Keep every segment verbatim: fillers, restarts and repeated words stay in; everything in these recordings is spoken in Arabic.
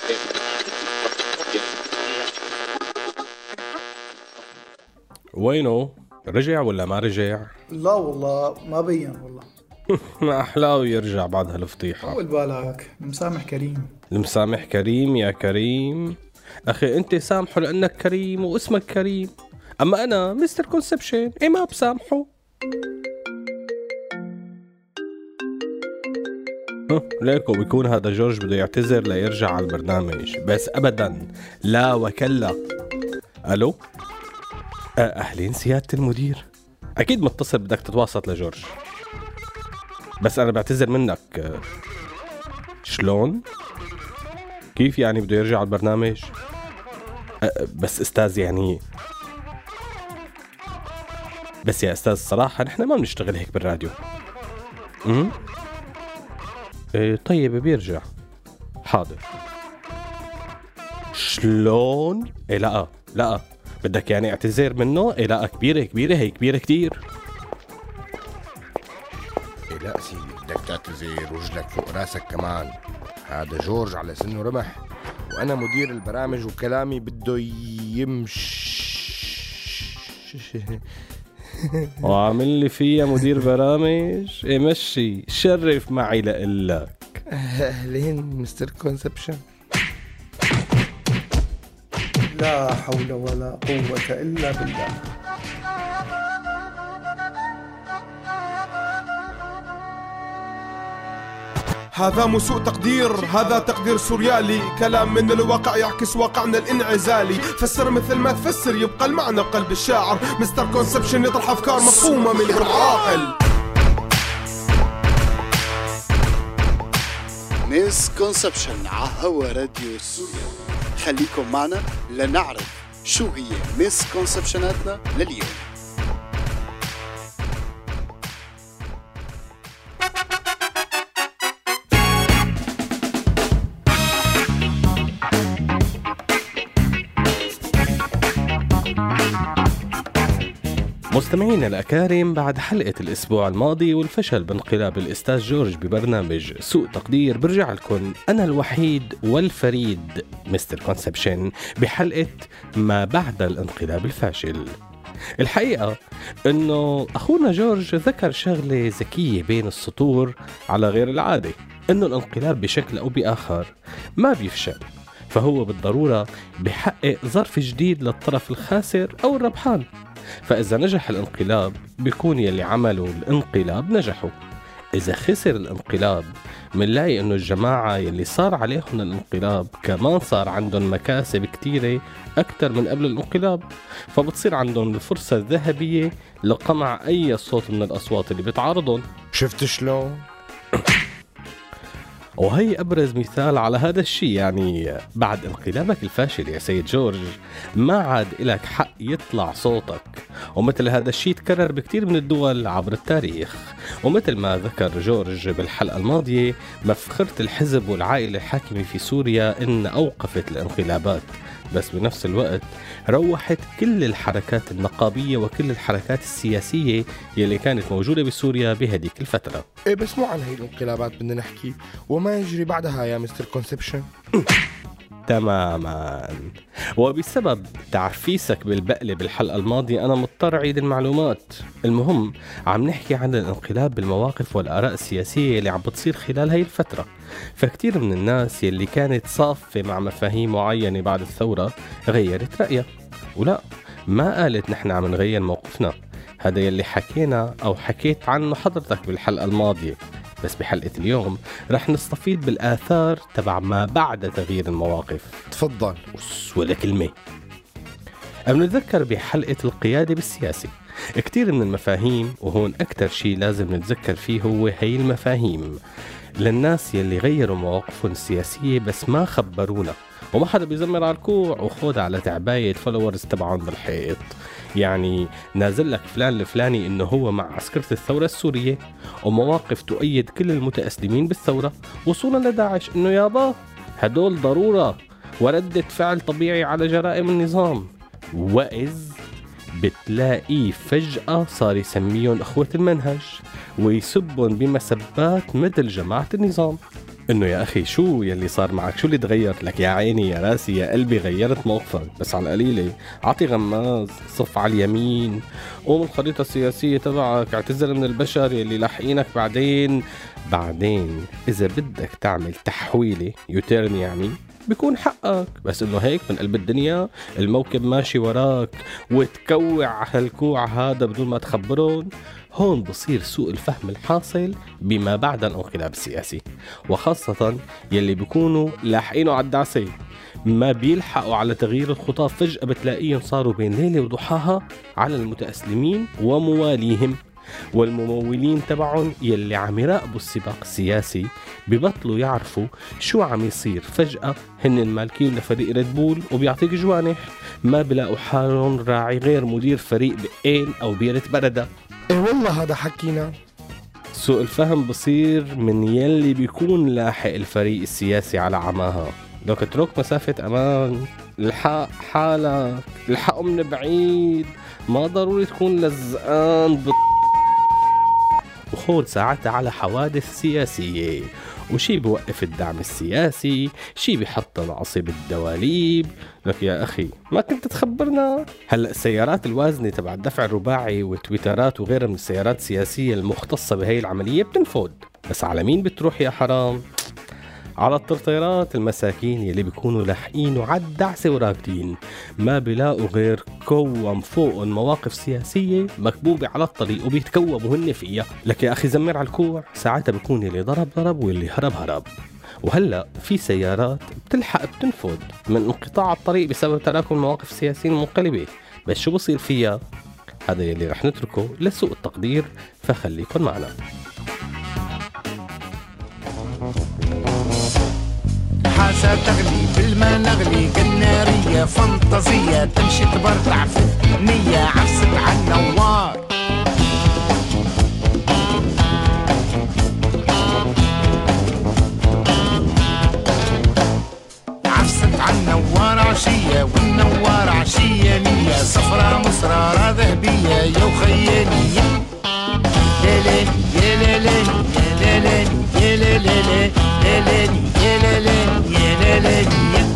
وينه؟ رجع ولا ما رجع؟ لا والله ما بين والله. ما أحلاه يرجع بعد هالفضيحة. طول بالك، المسامح كريم. المسامح كريم يا كريم. أخي أنت سامحه لأنك كريم واسمك كريم، أما أنا مستر كونسبشن إيه ما بسامحه. ليكو بيكون هذا جورج بده يعتذر ليرجع على البرنامج، بس أبدا لا وكلا. ألو، أهلين سيادة المدير، أكيد متصل بدك تتواصل لجورج، بس أنا بعتذر منك. شلون؟ كيف يعني بده يرجع على البرنامج؟ بس أستاذ يعني بس يا أستاذ صراحة نحن ما بنشتغل هيك بالراديو. أمم إيه طيب بيرجع. حاضر. شلون؟ إيه لا لا بدك يعني اعتذر منه؟ إيه لا كبيرة كبيرة هي كبيرة كتير. إيه لا سيدي بدك تعتذر ورجلك فوق راسك كمان. هذا جورج على سنه رمح، وأنا مدير البرامج وكلامي بده يمشي. وعامل لي فيها مدير برامج؟ إيه مشي شرف معي لقلك. أهلين مستر كونسبشن. لا حول ولا قوة إلا بالله. هذا مو سوء تقدير، هذا تقدير سوريالي، كلام من الواقع يعكس واقعنا الانعزالي. فسر مثل ما تفسر يبقى المعنى بقلب الشاعر. مستر كونسبشن يطرح أفكار مفهومة من العاقل. ميس كونسبشن عهوا راديو سوريا. خليكم معنا لنعرف شو هي ميس كونسبشناتنا لليوم. مستمعينا الأكارم، بعد حلقة الأسبوع الماضي والفشل بانقلاب الأستاذ جورج ببرنامج سوء تقدير، برجع لكم أنا الوحيد والفريد مستر كونسبشن بحلقة ما بعد الانقلاب الفاشل. الحقيقة أنه أخونا جورج ذكر شغلة ذكية بين السطور على غير العادة، أنه الانقلاب بشكل أو بآخر ما بيفشل، فهو بالضرورة بيحقق ظرف جديد للطرف الخاسر أو الربحان. فإذا نجح الانقلاب بيكون يلي عملوا الانقلاب نجحوا. إذا خسر الانقلاب منلاقي إنه الجماعة يلي صار عليهم الانقلاب كمان صار عندهم مكاسب كتيرة أكتر من قبل الانقلاب، فبتصير عندهم الفرصة الذهبية لقمع أي صوت من الأصوات اللي بتعارضهم. شفت شلون؟ وهي أبرز مثال على هذا الشيء. يعني بعد انقلابك الفاشل يا سيد جورج ما عاد إلك حق يطلع صوتك، ومثل هذا الشيء تكرر بكتير من الدول عبر التاريخ. ومثل ما ذكر جورج بالحلقة الماضية، مفخرة الحزب والعائلة الحاكمة في سوريا إن أوقفت الانقلابات، بس بنفس الوقت روحت كل الحركات النقابية وكل الحركات السياسية يلي كانت موجودة بسوريا بهديك الفترة. إيه بس مو عن هاي الانقلابات بدنا نحكي وما يجري بعدها يا مستر كونسبشن. تماما. وبسبب تعفيسك بالبقلة بالحلقة الماضية أنا مضطر عيد المعلومات. المهم عم نحكي عن الانقلاب بالمواقف والآراء السياسية اللي عم بتصير خلال هاي الفترة. فكتير من الناس يلي كانت صافة مع مفاهيم معينة بعد الثورة غيرت رأيها، ولا ما قالت نحن عم نغير موقفنا. هذا يلي حكينا أو حكيت عنه حضرتك بالحلقة الماضية، بس بحلقة اليوم رح نستفيد بالآثار تبع ما بعد تغيير المواقف. تفضل. ولا كلمة. بنتذكر بحلقة القيادة بالسياسة كتير من المفاهيم، وهون أكتر شيء لازم نتذكر فيه هو هي المفاهيم للناس يلي غيروا مواقفهم السياسية بس ما خبرونا، وما حدا بيزمر على الكوع وخوض على تعباية الفولورز تبعهم بالحيط. يعني نازل لك فلان الفلاني انه هو مع عسكرة الثورة السورية ومواقف تؤيد كل المتأسلمين بالثورة، وصولا لداعش انه يابا هدول ضرورة وردة فعل طبيعي على جرائم النظام، وإذ بتلاقيه فجأة صار يسميهم أخوة المنهج ويسبون بمسبات مثل جماعة النظام. انه يا اخي شو يلي صار معك؟ شو اللي تغير لك؟ يا عيني يا راسي يا قلبي غيرت موقفك، بس على القليله عطي غماز، صف على اليمين، قوم الخريطه السياسيه تبعك، اعتذر من البشر يلي لاحقينك بعدين. بعدين اذا بدك تعمل تحويله يوتيرن يعني بيكون حقك، بس انه هيك من قلب الدنيا الموكب ماشي وراك وتكوع هالكوع هذا بدون ما تخبرون، هون بصير سوء الفهم الحاصل بما بعد الانقلاب السياسي، وخاصة يلي بيكونوا لاحقينه على الدعسة ما بيلحقوا على تغيير الخطاب، فجأة بتلاقيهم صاروا بين ليلة وضحاها على المتأسلمين ومواليهم، والممولين تبعهم يلي عم يراقبوا السباق السياسي ببطلوا يعرفوا شو عم يصير. فجأة هن المالكين لفريق ريد بول وبيعطيك جوانح، ما بلاقوا حالهم راعي غير مدير فريق بقين أو بيرة بردة. ايه والله هذا حكينا. سوء الفهم بصير من يلي بيكون لاحق الفريق السياسي على عماها، لو تترك مسافة أمان، الحق حالك، الحقه من بعيد، ما ضروري تكون لزقان ب... وخود ساعتها على حوادث سياسية، وشي بوقف الدعم السياسي، شي بيحط العصب الدواليب. لك يا أخي ما كنت تخبرنا؟ هلأ السيارات الوازنة تبع الدفع الرباعي والتويترات وغيرها من السيارات السياسية المختصة بهاي العملية بتنفذ، بس على مين بتروح يا حرام؟ على الطرطيرات المساكين يلي بيكونوا لاحقين وعد دعسة وراكدين، ما بيلاقوا غير كوم فوقهم مواقف سياسية مكبوبة على الطريق وبيتكوموا هن فيها. لك يا أخي زمر على الكوع، ساعتها بيكون يلي ضرب ضرب واللي هرب هرب. وهلأ في سيارات بتلحق بتنفذ من انقطاع الطريق بسبب تراكم المواقف السياسية المنقلبة، بس شو بصير فيها؟ هذا يلي رح نتركه لسوء التقدير، فخليكن معنا. حاسة تغلي بالما نغلي كالنارية فانتازية تمشي تبرطع في النية عفست عالنوار عفست عالنوار عشية والنوار عشية نية صفرة مصرارة ذهبية يا وخيالية ليلين يا ليلين يا ليلين يا ليلين يا ليلين يا ليلين يا ليلين.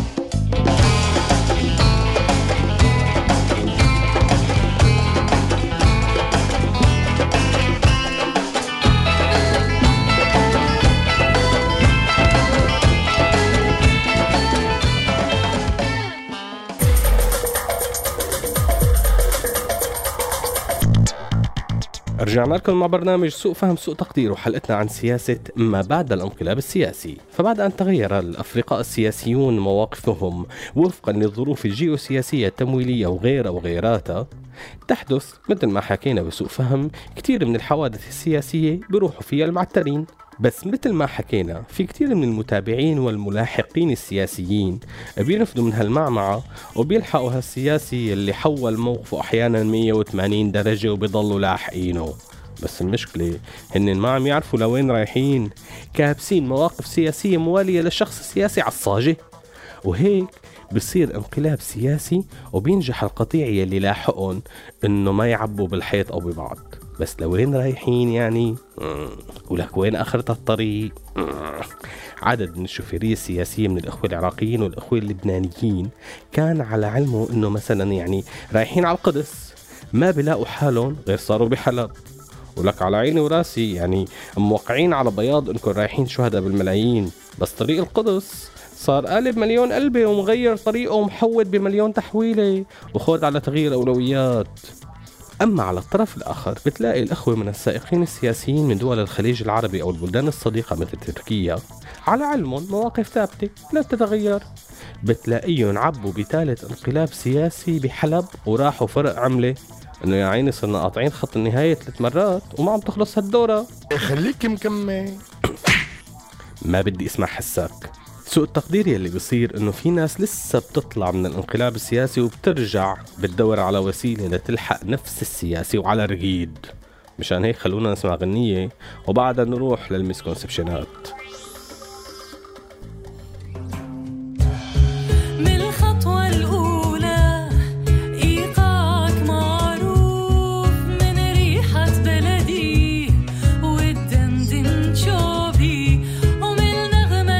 رجعنا لكم مع برنامج سوء فهم سوء تقدير، وحلقتنا عن سياسة ما بعد الانقلاب السياسي. فبعد أن تغير الأفرقاء السياسيون مواقفهم وفقا للظروف الجيوسياسية التمويلية وغيرها وغيراتها، تحدث مثل ما حكينا بسوء فهم كتير من الحوادث السياسية بيروحوا فيها المعترين. بس مثل ما حكينا في كتير من المتابعين والملاحقين السياسيين بينفذوا من هالمعمعة وبيلحقوا هالسياسي اللي حول موقفه أحيانا مية وثمانين درجة وبيضلوا لاحقينه. بس المشكلة هن ما عم يعرفوا لوين رايحين، كابسين مواقف سياسية موالية للشخص السياسي عالصاجة، وهيك بصير انقلاب سياسي وبينجح القطيع يلي لاحقهم انه ما يعبوا بالحيط او ببعض. بس لوين رايحين يعني؟ ولك وين آخرة الطريق؟ عدد من الشوفيرية السياسية من الأخوة العراقيين والأخوة اللبنانيين كان على علمه إنه مثلا يعني رايحين على القدس، ما بلاقوا حالهم غير صاروا بحلب. ولك على عيني وراسي يعني موقعين على بياض إنكم رايحين شهداء بالملايين، بس طريق القدس صار قالب مليون قلبة ومغير طريقه ومحود بمليون تحويلة وخود على تغيير أولويات. أما على الطرف الآخر بتلاقي الأخوة من السائقين السياسيين من دول الخليج العربي أو البلدان الصديقة مثل تركيا على علمهم مواقف ثابتة لا تتغير، بتلاقيهم عبوا بثالث انقلاب سياسي بحلب وراحوا فرق عملة إنه يا عيني صرنا قاطعين خط النهاية ثلاث مرات وما عم تخلص هالدورة. خليك مكمل. ما بدي اسمع حساك. سوء التقدير يلي بيصير انه في ناس لسه بتطلع من الانقلاب السياسي وبترجع بتدور على وسيلة لتلحق نفس السياسي وعلى رقيد. مشان هيك خلونا نسمع غنية وبعدها نروح للمسكونسبشنات. من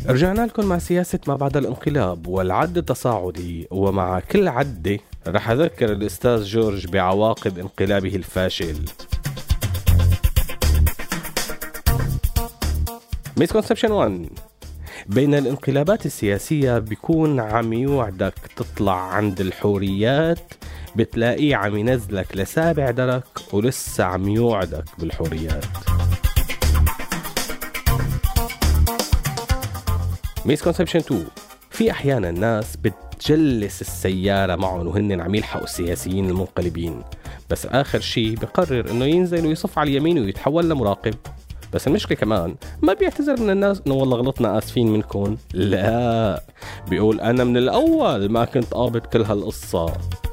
رجعنا لكم مع سياسة ما بعد الانقلاب والعد التصاعدي، ومع كل عدة رح أذكر الأستاذ جورج بعواقب انقلابه الفاشل. مسكونسبشن واحد: بين الانقلابات السياسية بيكون عم يوعدك تطلع عند الحوريات، بتلاقيه عم ينزلك لسابع درك ولسه عم يوعدك بالحوريات. مسكونسبشن اثنين: في أحيانا الناس بتجلس السيارة معهم وهن عم يلحقوا السياسيين المنقلبين، بس آخر شي بقرر إنه ينزل ويصف على اليمين ويتحول لمراقب. بس المشكلة كمان ما بيعتذر من الناس إنه والله غلطنا آسفين منكم، لا، بيقول أنا من الأول ما كنت قابض كل هالقصة.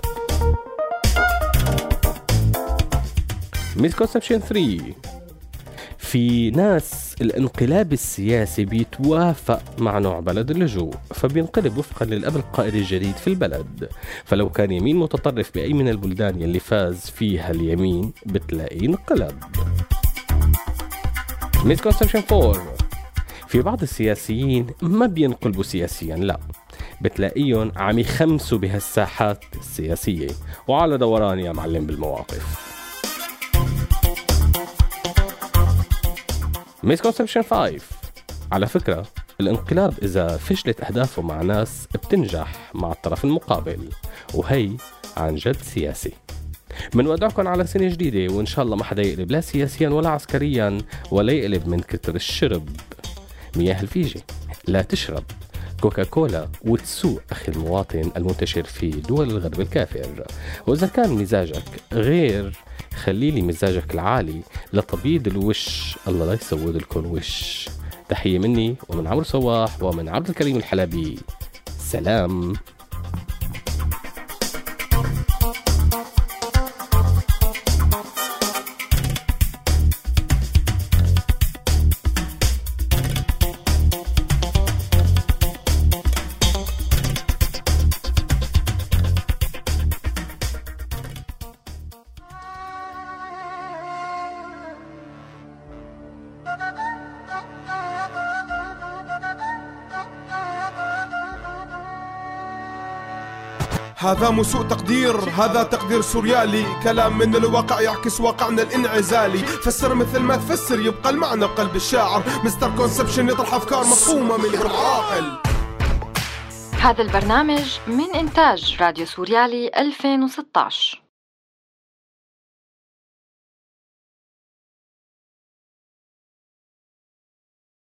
مسكونسبشن ثلاثة: في ناس الانقلاب السياسي بيتوافق مع نوع بلد اللجوء، فبينقلب وفقا للأب القائد الجديد في البلد. فلو كان يمين متطرف بأي من البلدان يلي فاز فيها اليمين بتلاقيه انقلب. مسكونسبشن أربعة: في بعض السياسيين ما بينقلبوا سياسيا، لا، بتلاقيهم عم يخمسوا بهالساحات السياسية وعلى دوران يا معلم بالمواقف. مسكونسبشن خمسة: على فكرة الانقلاب إذا فشلت أهدافه مع ناس بتنجح مع الطرف المقابل، وهي عن جد سياسي. من ودعكم على سنة جديدة، وإن شاء الله ما حدا يقلب لا سياسيا ولا عسكريا، ولا يقلب من كتر الشرب. مياه الفيجي لا تشرب، كوكاكولا وتسوق أخي المواطن المنتشر في دول الغرب الكافر. وإذا كان مزاجك غير، خليلي مزاجك العالي لتبييض الوش، الله لا يسود لكم وش. تحية مني ومن عمرو صواح ومن عبد الكريم الحلبي، سلام. هذا مو سوء تقدير، هذا تقدير سوريالي، كلام من الواقع يعكس واقعنا الانعزالي. فسر مثل ما تفسر، يبقى المعنى بقلب الشاعر. مستر كونسبشن يطرح أفكار مفهومة من العاقل. هذا البرنامج من إنتاج راديو سوريالي ألفين وستة عشر.